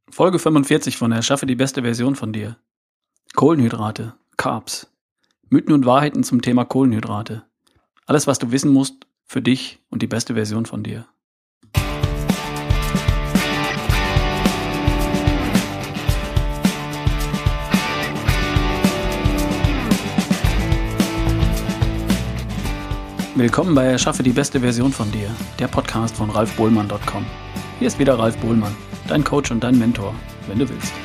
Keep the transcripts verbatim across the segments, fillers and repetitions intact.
Folge fünfundvierzig von Erschaffe die beste Version von dir. Kohlenhydrate, Carbs. Mythen und Wahrheiten zum Thema Kohlenhydrate. Alles, was du wissen musst für dich und die beste Version von dir. Willkommen bei Erschaffe die beste Version von dir, der Podcast von ralf bohlmann punkt com. Hier ist wieder Ralf Bohlmann, dein Coach und dein Mentor, wenn du willst.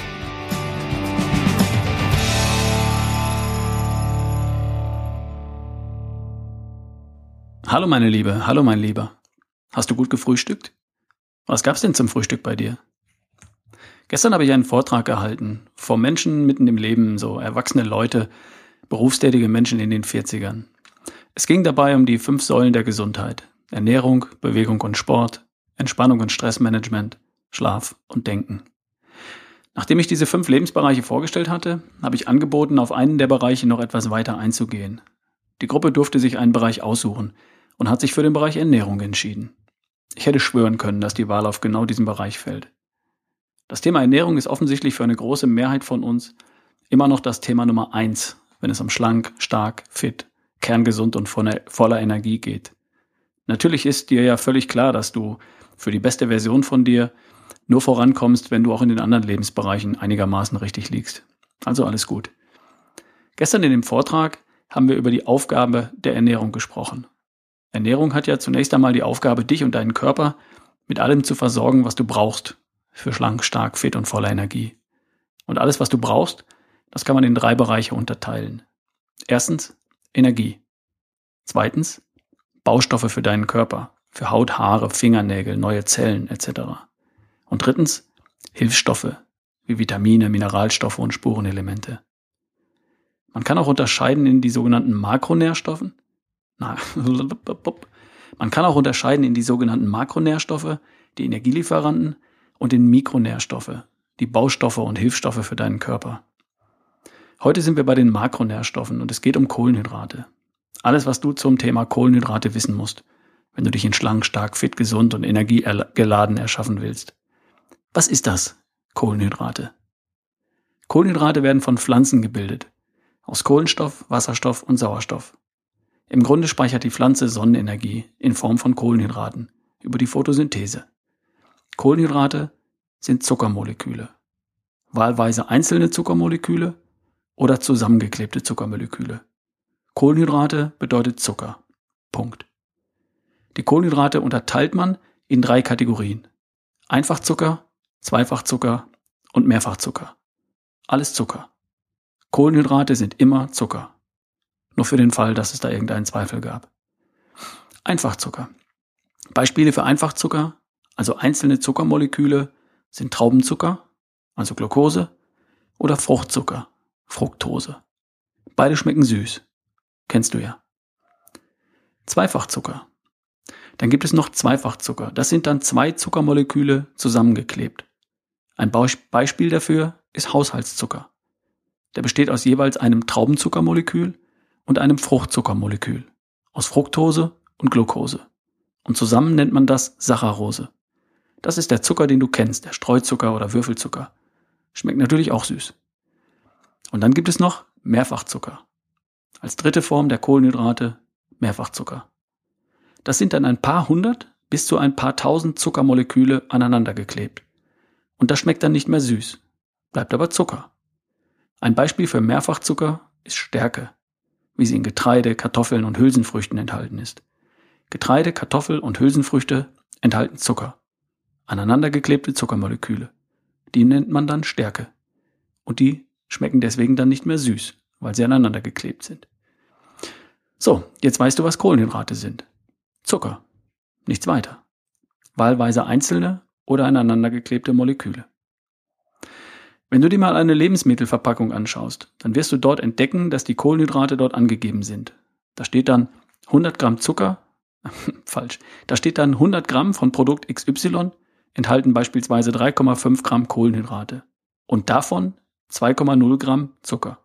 Hallo meine Liebe, hallo mein Lieber. Hast du gut gefrühstückt? Was gab's denn zum Frühstück bei dir? Gestern habe ich einen Vortrag gehalten vor Menschen mitten im Leben, so erwachsene Leute, berufstätige Menschen in den vierzigern. Es ging dabei um die fünf Säulen der Gesundheit: Ernährung, Bewegung und Sport, Entspannung und Stressmanagement, Schlaf und Denken. Nachdem ich diese fünf Lebensbereiche vorgestellt hatte, habe ich angeboten, auf einen der Bereiche noch etwas weiter einzugehen. Die Gruppe durfte sich einen Bereich aussuchen und hat sich für den Bereich Ernährung entschieden. Ich hätte schwören können, dass die Wahl auf genau diesen Bereich fällt. Das Thema Ernährung ist offensichtlich für eine große Mehrheit von uns immer noch das Thema Nummer eins, wenn es um schlank, stark, fit, kerngesund und voller Energie geht. Natürlich ist dir ja völlig klar, dass du für die beste Version von dir nur vorankommst, wenn du auch in den anderen Lebensbereichen einigermaßen richtig liegst. Also alles gut. Gestern in dem Vortrag haben wir über die Aufgabe der Ernährung gesprochen. Ernährung hat ja zunächst einmal die Aufgabe, dich und deinen Körper mit allem zu versorgen, was du brauchst für schlank, stark, fit und voller Energie. Und alles, was du brauchst, das kann man in drei Bereiche unterteilen. Erstens Energie. Zweitens Baustoffe für deinen Körper, für Haut, Haare, Fingernägel, neue Zellen et cetera. Und drittens Hilfsstoffe wie Vitamine, Mineralstoffe und Spurenelemente. Man kann auch unterscheiden in die sogenannten Makronährstoffen. Na, man kann auch unterscheiden in die sogenannten Makronährstoffe, die Energielieferanten, und in Mikronährstoffe, die Baustoffe und Hilfsstoffe für deinen Körper. Heute sind wir bei den Makronährstoffen und es geht um Kohlenhydrate. Alles, was du zum Thema Kohlenhydrate wissen musst, wenn du dich in schlank, stark, fit, gesund und energiegeladen erschaffen willst. Was ist das? Kohlenhydrate. Kohlenhydrate werden von Pflanzen gebildet, aus Kohlenstoff, Wasserstoff und Sauerstoff. Im Grunde speichert die Pflanze Sonnenenergie in Form von Kohlenhydraten über die Photosynthese. Kohlenhydrate sind Zuckermoleküle, wahlweise einzelne Zuckermoleküle oder zusammengeklebte Zuckermoleküle. Kohlenhydrate bedeutet Zucker. Punkt. Die Kohlenhydrate unterteilt man in drei Kategorien: Einfachzucker, Zweifachzucker und Mehrfachzucker. Alles Zucker. Kohlenhydrate sind immer Zucker. Nur für den Fall, dass es da irgendeinen Zweifel gab. Einfachzucker. Beispiele für Einfachzucker, also einzelne Zuckermoleküle, sind Traubenzucker, also Glucose, oder Fruchtzucker, Fructose. Beide schmecken süß. Kennst du ja. Zweifachzucker. Dann gibt es noch Zweifachzucker. Das sind dann zwei Zuckermoleküle zusammengeklebt. Ein Beispiel dafür ist Haushaltszucker. Der besteht aus jeweils einem Traubenzuckermolekül und einem Fruchtzuckermolekül, aus Fructose und Glucose. Und zusammen nennt man das Saccharose. Das ist der Zucker, den du kennst, der Streuzucker oder Würfelzucker. Schmeckt natürlich auch süß. Und dann gibt es noch Mehrfachzucker. Als dritte Form der Kohlenhydrate Mehrfachzucker. Das sind dann ein paar hundert bis zu ein paar tausend Zuckermoleküle aneinander geklebt. Und das schmeckt dann nicht mehr süß, bleibt aber Zucker. Ein Beispiel für Mehrfachzucker ist Stärke, wie sie in Getreide, Kartoffeln und Hülsenfrüchten enthalten ist. Getreide, Kartoffel und Hülsenfrüchte enthalten Zucker, aneinandergeklebte Zuckermoleküle. Die nennt man dann Stärke. Und die schmecken deswegen dann nicht mehr süß, weil sie aneinander geklebt sind. So, jetzt weißt du, was Kohlenhydrate sind. Zucker. Nichts weiter. Wahlweise einzelne oder aneinander geklebte Moleküle. Wenn du dir mal eine Lebensmittelverpackung anschaust, dann wirst du dort entdecken, dass die Kohlenhydrate dort angegeben sind. Da steht dann hundert Gramm Zucker, falsch, da steht dann hundert Gramm von Produkt X Y, enthalten beispielsweise drei Komma fünf Gramm Kohlenhydrate und davon zwei Komma null Gramm Zucker.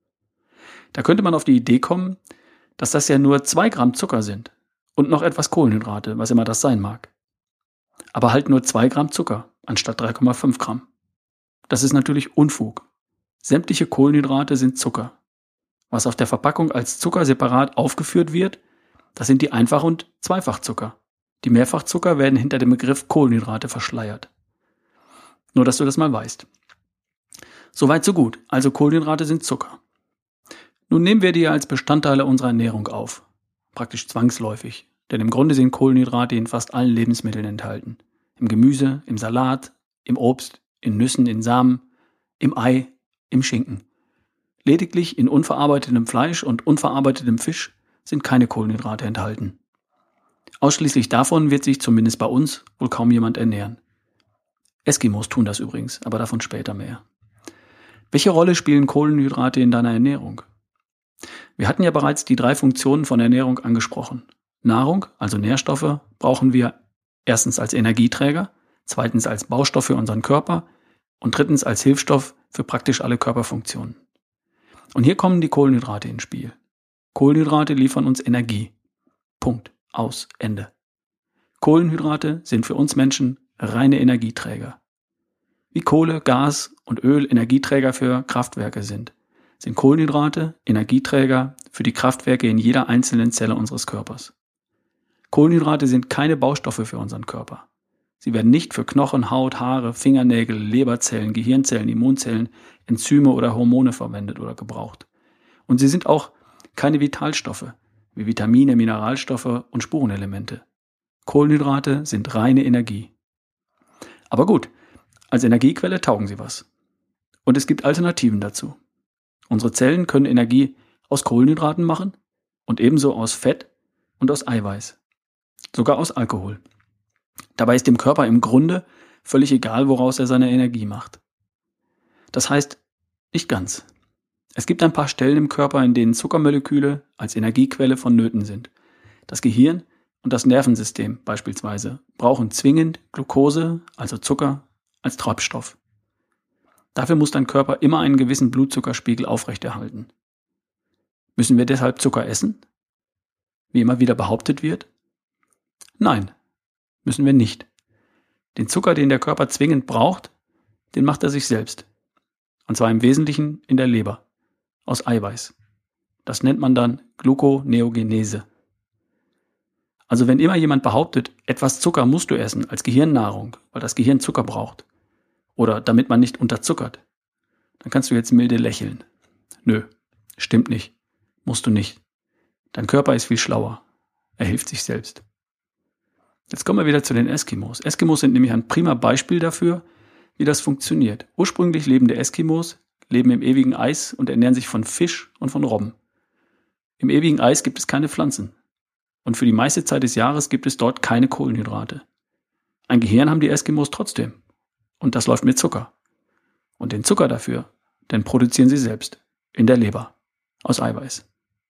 Da könnte man auf die Idee kommen, dass das ja nur zwei Gramm Zucker sind und noch etwas Kohlenhydrate, was immer das sein mag. Aber halt nur zwei Gramm Zucker anstatt drei Komma fünf Gramm. das ist natürlich Unfug. Sämtliche Kohlenhydrate sind Zucker. Was auf der Verpackung als Zucker separat aufgeführt wird, das sind die Einfach- und Zweifachzucker. Die Mehrfachzucker werden hinter dem Begriff Kohlenhydrate verschleiert. Nur, dass du das mal weißt. Soweit so gut. Also Kohlenhydrate sind Zucker. Nun nehmen wir die als Bestandteile unserer Ernährung auf. Praktisch zwangsläufig. Denn im Grunde sind Kohlenhydrate in fast allen Lebensmitteln enthalten. Im Gemüse, im Salat, im Obst, in Nüssen, in Samen, im Ei, im Schinken. Lediglich in unverarbeitetem Fleisch und unverarbeitetem Fisch sind keine Kohlenhydrate enthalten. Ausschließlich davon wird sich zumindest bei uns wohl kaum jemand ernähren. Eskimos tun das übrigens, aber davon später mehr. Welche Rolle spielen Kohlenhydrate in deiner Ernährung? Wir hatten ja bereits die drei Funktionen von Ernährung angesprochen. Nahrung, also Nährstoffe, brauchen wir erstens als Energieträger, zweitens als Baustoff für unseren Körper und drittens als Hilfsstoff für praktisch alle Körperfunktionen. Und hier kommen die Kohlenhydrate ins Spiel. Kohlenhydrate liefern uns Energie. Punkt. Aus. Ende. Kohlenhydrate sind für uns Menschen reine Energieträger. Wie Kohle, Gas und Öl Energieträger für Kraftwerke sind, sind Kohlenhydrate Energieträger für die Kraftwerke in jeder einzelnen Zelle unseres Körpers. Kohlenhydrate sind keine Baustoffe für unseren Körper. Sie werden nicht für Knochen, Haut, Haare, Fingernägel, Leberzellen, Gehirnzellen, Immunzellen, Enzyme oder Hormone verwendet oder gebraucht. Und sie sind auch keine Vitalstoffe, wie Vitamine, Mineralstoffe und Spurenelemente. Kohlenhydrate sind reine Energie. Aber gut, als Energiequelle taugen sie was. Und es gibt Alternativen dazu. Unsere Zellen können Energie aus Kohlenhydraten machen und ebenso aus Fett und aus Eiweiß. Sogar aus Alkohol. Dabei ist dem Körper im Grunde völlig egal, woraus er seine Energie macht. Das heißt, nicht ganz. Es gibt ein paar Stellen im Körper, in denen Zuckermoleküle als Energiequelle vonnöten sind. Das Gehirn und das Nervensystem beispielsweise brauchen zwingend Glucose, also Zucker, als Treibstoff. Dafür muss dein Körper immer einen gewissen Blutzuckerspiegel aufrechterhalten. Müssen wir deshalb Zucker essen? Wie immer wieder behauptet wird? Nein, müssen wir nicht. Den Zucker, den der Körper zwingend braucht, den macht er sich selbst. Und zwar im Wesentlichen in der Leber, aus Eiweiß. Das nennt man dann Gluconeogenese. Also wenn immer jemand behauptet, etwas Zucker musst du essen als Gehirnnahrung, weil das Gehirn Zucker braucht, oder damit man nicht unterzuckert, dann kannst du jetzt milde lächeln. Nö, stimmt nicht, musst du nicht. Dein Körper ist viel schlauer, er hilft sich selbst. Jetzt kommen wir wieder zu den Eskimos. Eskimos sind nämlich ein prima Beispiel dafür, wie das funktioniert. Ursprünglich lebende Eskimos leben im ewigen Eis und ernähren sich von Fisch und von Robben. Im ewigen Eis gibt es keine Pflanzen. Und für die meiste Zeit des Jahres gibt es dort keine Kohlenhydrate. Ein Gehirn haben die Eskimos trotzdem. Und das läuft mit Zucker. Und den Zucker dafür, den produzieren sie selbst. In der Leber. Aus Eiweiß.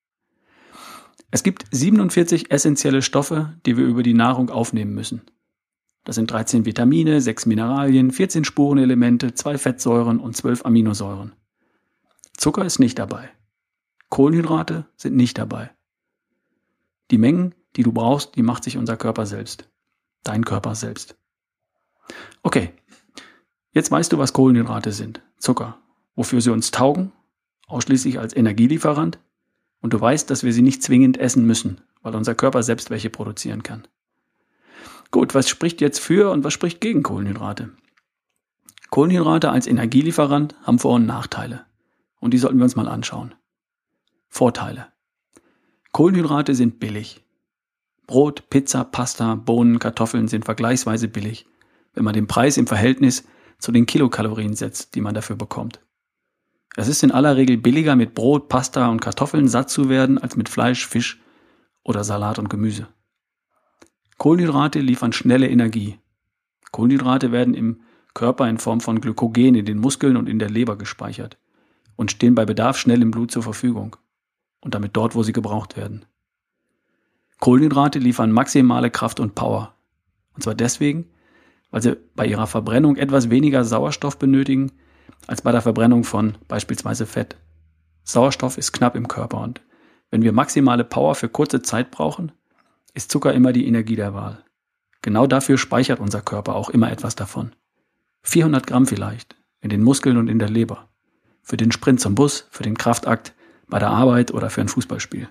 Es gibt siebenundvierzig essentielle Stoffe, die wir über die Nahrung aufnehmen müssen. Das sind dreizehn Vitamine, sechs Mineralien, vierzehn Spurenelemente, zwei Fettsäuren und zwölf Aminosäuren. Zucker ist nicht dabei. Kohlenhydrate sind nicht dabei. Die Mengen, die du brauchst, die macht sich unser Körper selbst. Dein Körper selbst. Okay, jetzt weißt du, was Kohlenhydrate sind. Zucker. Wofür sie uns taugen, ausschließlich als Energielieferant. Und du weißt, dass wir sie nicht zwingend essen müssen, weil unser Körper selbst welche produzieren kann. Gut, was spricht jetzt für und was spricht gegen Kohlenhydrate? Kohlenhydrate als Energielieferant haben Vor- und Nachteile. Und die sollten wir uns mal anschauen. Vorteile. Kohlenhydrate sind billig. Brot, Pizza, Pasta, Bohnen, Kartoffeln sind vergleichsweise billig, wenn man den Preis im Verhältnis zu den Kilokalorien setzt, die man dafür bekommt. Es ist in aller Regel billiger, mit Brot, Pasta und Kartoffeln satt zu werden, als mit Fleisch, Fisch oder Salat und Gemüse. Kohlenhydrate liefern schnelle Energie. Kohlenhydrate werden im Körper in Form von Glykogen in den Muskeln und in der Leber gespeichert und stehen bei Bedarf schnell im Blut zur Verfügung und damit dort, wo sie gebraucht werden. Kohlenhydrate liefern maximale Kraft und Power. Und zwar deswegen, weil sie bei ihrer Verbrennung etwas weniger Sauerstoff benötigen, als bei der Verbrennung von beispielsweise Fett. Sauerstoff ist knapp im Körper und wenn wir maximale Power für kurze Zeit brauchen, ist Zucker immer die Energie der Wahl. Genau dafür speichert unser Körper auch immer etwas davon. vierhundert Gramm vielleicht, in den Muskeln und in der Leber, für den Sprint zum Bus, für den Kraftakt, bei der Arbeit oder für ein Fußballspiel.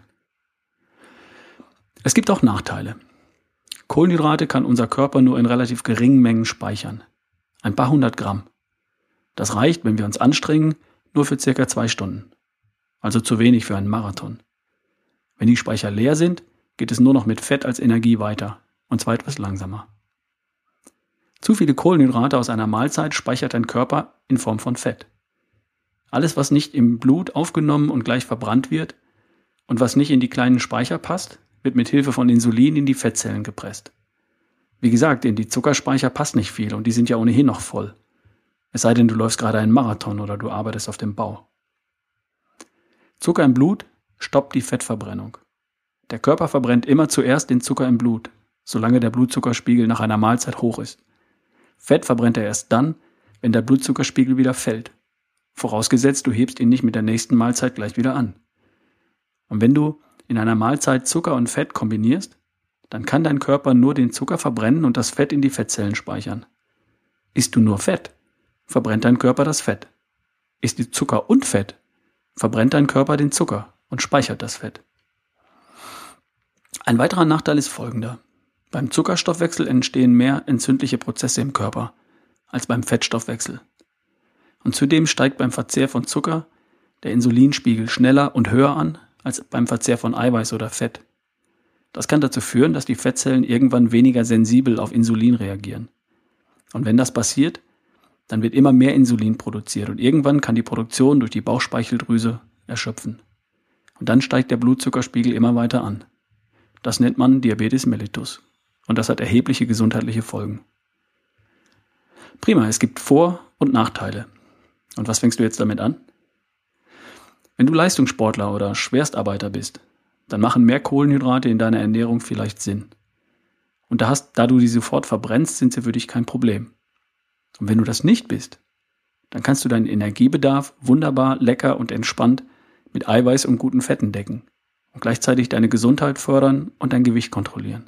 Es gibt auch Nachteile. Kohlenhydrate kann unser Körper nur in relativ geringen Mengen speichern. Ein paar hundert Gramm. Das reicht, wenn wir uns anstrengen, nur für circa zwei Stunden. Also zu wenig für einen Marathon. Wenn die Speicher leer sind, geht es nur noch mit Fett als Energie weiter, und zwar etwas langsamer. Zu viele Kohlenhydrate aus einer Mahlzeit speichert dein Körper in Form von Fett. Alles, was nicht im Blut aufgenommen und gleich verbrannt wird und was nicht in die kleinen Speicher passt, wird mit Hilfe von Insulin in die Fettzellen gepresst. Wie gesagt, in die Zuckerspeicher passt nicht viel und die sind ja ohnehin noch voll. Es sei denn, du läufst gerade einen Marathon oder du arbeitest auf dem Bau. Zucker im Blut stoppt die Fettverbrennung. Der Körper verbrennt immer zuerst den Zucker im Blut, solange der Blutzuckerspiegel nach einer Mahlzeit hoch ist. Fett verbrennt er erst dann, wenn der Blutzuckerspiegel wieder fällt. Vorausgesetzt, du hebst ihn nicht mit der nächsten Mahlzeit gleich wieder an. Und wenn du in einer Mahlzeit Zucker und Fett kombinierst, dann kann dein Körper nur den Zucker verbrennen und das Fett in die Fettzellen speichern. Isst du nur Fett, verbrennt dein Körper das Fett. Isst du Zucker und Fett, verbrennt dein Körper den Zucker und speichert das Fett. Ein weiterer Nachteil ist folgender. Beim Zuckerstoffwechsel entstehen mehr entzündliche Prozesse im Körper als beim Fettstoffwechsel. Und zudem steigt beim Verzehr von Zucker der Insulinspiegel schneller und höher an als beim Verzehr von Eiweiß oder Fett. Das kann dazu führen, dass die Fettzellen irgendwann weniger sensibel auf Insulin reagieren. Und wenn das passiert, dann wird immer mehr Insulin produziert und irgendwann kann die Produktion durch die Bauchspeicheldrüse erschöpfen. Und dann steigt der Blutzuckerspiegel immer weiter an. Das nennt man Diabetes mellitus. Und das hat erhebliche gesundheitliche Folgen. Prima, es gibt Vor- und Nachteile. Und was fängst du jetzt damit an? Wenn du Leistungssportler oder Schwerstarbeiter bist, dann machen mehr Kohlenhydrate in deiner Ernährung vielleicht Sinn. Und da, hast, da du die sofort verbrennst, sind sie für dich kein Problem. Und wenn du das nicht bist, dann kannst du deinen Energiebedarf wunderbar, lecker und entspannt mit Eiweiß und guten Fetten decken und gleichzeitig deine Gesundheit fördern und dein Gewicht kontrollieren.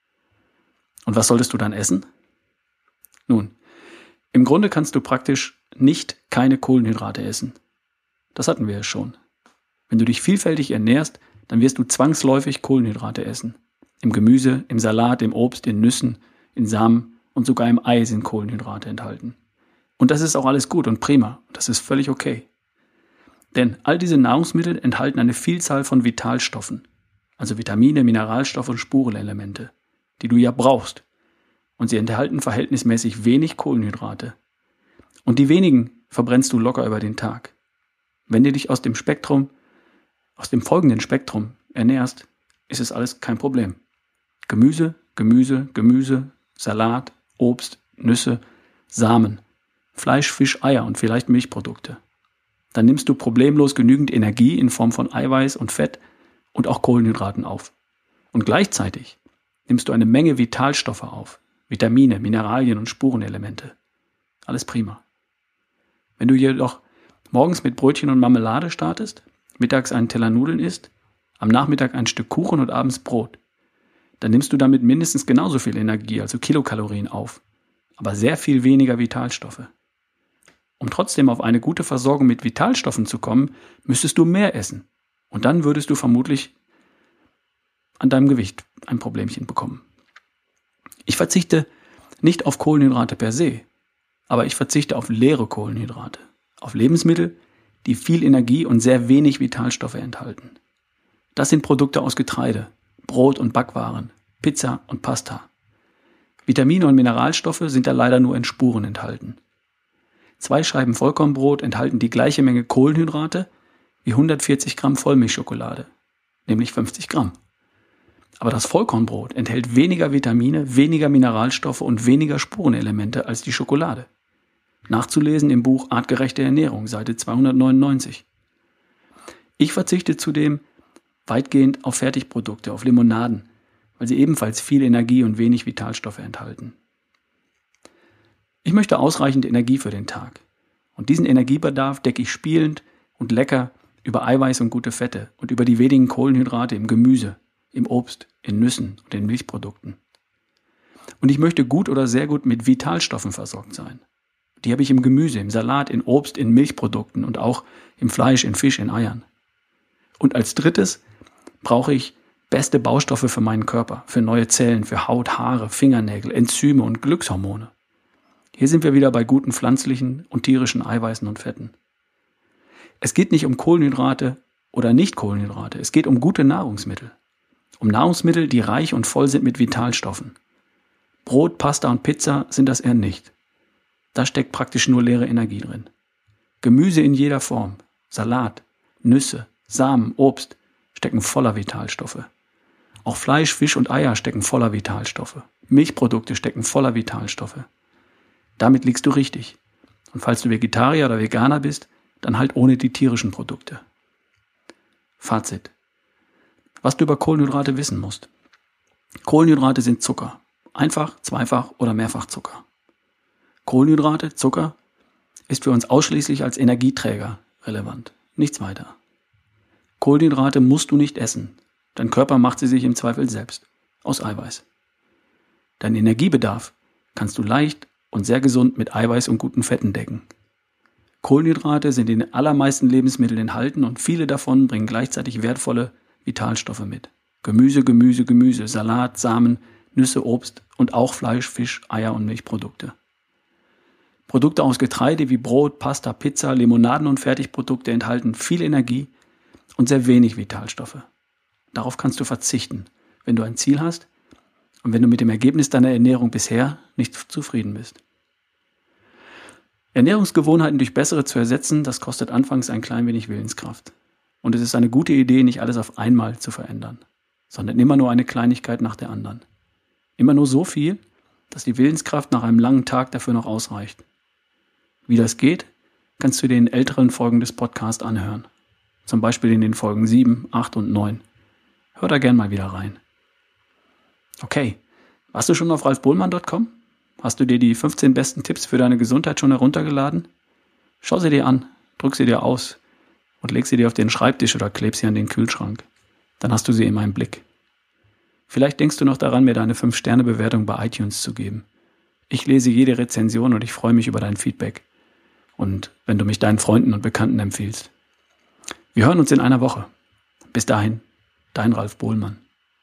Und was solltest du dann essen? Nun, im Grunde kannst du praktisch nicht keine Kohlenhydrate essen. Das hatten wir ja schon. Wenn du dich vielfältig ernährst, dann wirst du zwangsläufig Kohlenhydrate essen. Im Gemüse, im Salat, im Obst, in Nüssen, in Samen und sogar im Ei sind Kohlenhydrate enthalten. Und das ist auch alles gut und prima. Das ist völlig okay. Denn all diese Nahrungsmittel enthalten eine Vielzahl von Vitalstoffen, also Vitamine, Mineralstoffe und Spurenelemente, die du ja brauchst. Und sie enthalten verhältnismäßig wenig Kohlenhydrate. Und die wenigen verbrennst du locker über den Tag. Wenn du dich aus dem Spektrum, aus dem folgenden Spektrum ernährst, ist es alles kein Problem. Gemüse, Gemüse, Gemüse, Salat, Obst, Nüsse, Samen, Fleisch, Fisch, Eier und vielleicht Milchprodukte. Dann nimmst du problemlos genügend Energie in Form von Eiweiß und Fett und auch Kohlenhydraten auf. Und gleichzeitig nimmst du eine Menge Vitalstoffe auf, Vitamine, Mineralien und Spurenelemente. Alles prima. Wenn du jedoch morgens mit Brötchen und Marmelade startest, mittags einen Teller Nudeln isst, am Nachmittag ein Stück Kuchen und abends Brot, dann nimmst du damit mindestens genauso viel Energie, also Kilokalorien auf, aber sehr viel weniger Vitalstoffe. Um trotzdem auf eine gute Versorgung mit Vitalstoffen zu kommen, müsstest du mehr essen. Und dann würdest du vermutlich an deinem Gewicht ein Problemchen bekommen. Ich verzichte nicht auf Kohlenhydrate per se, aber ich verzichte auf leere Kohlenhydrate, auf Lebensmittel, die viel Energie und sehr wenig Vitalstoffe enthalten. Das sind Produkte aus Getreide, Brot und Backwaren, Pizza und Pasta. Vitamine und Mineralstoffe sind da leider nur in Spuren enthalten. Zwei Scheiben Vollkornbrot enthalten die gleiche Menge Kohlenhydrate wie hundertvierzig Gramm Vollmilchschokolade, nämlich fünfzig Gramm. Aber das Vollkornbrot enthält weniger Vitamine, weniger Mineralstoffe und weniger Spurenelemente als die Schokolade. Nachzulesen im Buch Artgerechte Ernährung, Seite zweihundertneunundneunzig. Ich verzichte zudem weitgehend auf Fertigprodukte, auf Limonaden, weil sie ebenfalls viel Energie und wenig Vitalstoffe enthalten. Ich möchte ausreichend Energie für den Tag. Und diesen Energiebedarf decke ich spielend und lecker über Eiweiß und gute Fette und über die wenigen Kohlenhydrate im Gemüse, im Obst, in Nüssen und in Milchprodukten. Und ich möchte gut oder sehr gut mit Vitalstoffen versorgt sein. Die habe ich im Gemüse, im Salat, in Obst, in Milchprodukten und auch im Fleisch, in Fisch, in Eiern. Und als drittes brauche ich beste Baustoffe für meinen Körper, für neue Zellen, für Haut, Haare, Fingernägel, Enzyme und Glückshormone. Hier sind wir wieder bei guten pflanzlichen und tierischen Eiweißen und Fetten. Es geht nicht um Kohlenhydrate oder Nicht-Kohlenhydrate, es geht um gute Nahrungsmittel. Um Nahrungsmittel, die reich und voll sind mit Vitalstoffen. Brot, Pasta und Pizza sind das eher nicht. Da steckt praktisch nur leere Energie drin. Gemüse in jeder Form, Salat, Nüsse, Samen, Obst stecken voller Vitalstoffe. Auch Fleisch, Fisch und Eier stecken voller Vitalstoffe. Milchprodukte stecken voller Vitalstoffe. Damit liegst du richtig. Und falls du Vegetarier oder Veganer bist, dann halt ohne die tierischen Produkte. Fazit. Was du über Kohlenhydrate wissen musst. Kohlenhydrate sind Zucker. Einfach, zweifach oder mehrfach Zucker. Kohlenhydrate, Zucker, ist für uns ausschließlich als Energieträger relevant. Nichts weiter. Kohlenhydrate musst du nicht essen. Dein Körper macht sie sich im Zweifel selbst. Aus Eiweiß. Dein Energiebedarf kannst du leicht und sehr gesund mit Eiweiß und guten Fetten decken. Kohlenhydrate sind in den allermeisten Lebensmitteln enthalten und viele davon bringen gleichzeitig wertvolle Vitalstoffe mit. Gemüse, Gemüse, Gemüse, Salat, Samen, Nüsse, Obst und auch Fleisch, Fisch, Eier und Milchprodukte. Produkte aus Getreide wie Brot, Pasta, Pizza, Limonaden und Fertigprodukte enthalten viel Energie und sehr wenig Vitalstoffe. Darauf kannst du verzichten, wenn du ein Ziel hast und wenn du mit dem Ergebnis deiner Ernährung bisher nicht zufrieden bist. Ernährungsgewohnheiten durch bessere zu ersetzen, das kostet anfangs ein klein wenig Willenskraft. Und es ist eine gute Idee, nicht alles auf einmal zu verändern, sondern immer nur eine Kleinigkeit nach der anderen. Immer nur so viel, dass die Willenskraft nach einem langen Tag dafür noch ausreicht. Wie das geht, kannst du dir in älteren Folgen des Podcasts anhören. Zum Beispiel in den Folgen sieben, acht und neun. Hör da gern mal wieder rein. Okay, warst du schon auf ralf bohlmann punkt com? Hast du dir die fünfzehn besten Tipps für deine Gesundheit schon heruntergeladen? Schau sie dir an, druck sie dir aus und leg sie dir auf den Schreibtisch oder kleb sie an den Kühlschrank. Dann hast du sie in meinem Blick. Vielleicht denkst du noch daran, mir deine fünf Sterne Bewertung bei iTunes zu geben. Ich lese jede Rezension und ich freue mich über dein Feedback. Und wenn du mich deinen Freunden und Bekannten empfiehlst. Wir hören uns in einer Woche. Bis dahin, dein Ralf Bohlmann.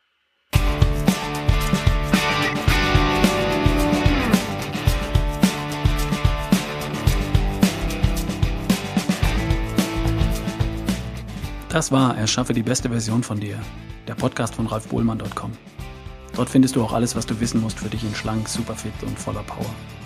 Das war Erschaffe die beste Version von dir, der Podcast von ralf bohlmann punkt com. Dort findest du auch alles, was du wissen musst für dich in schlank, superfit und voller Power.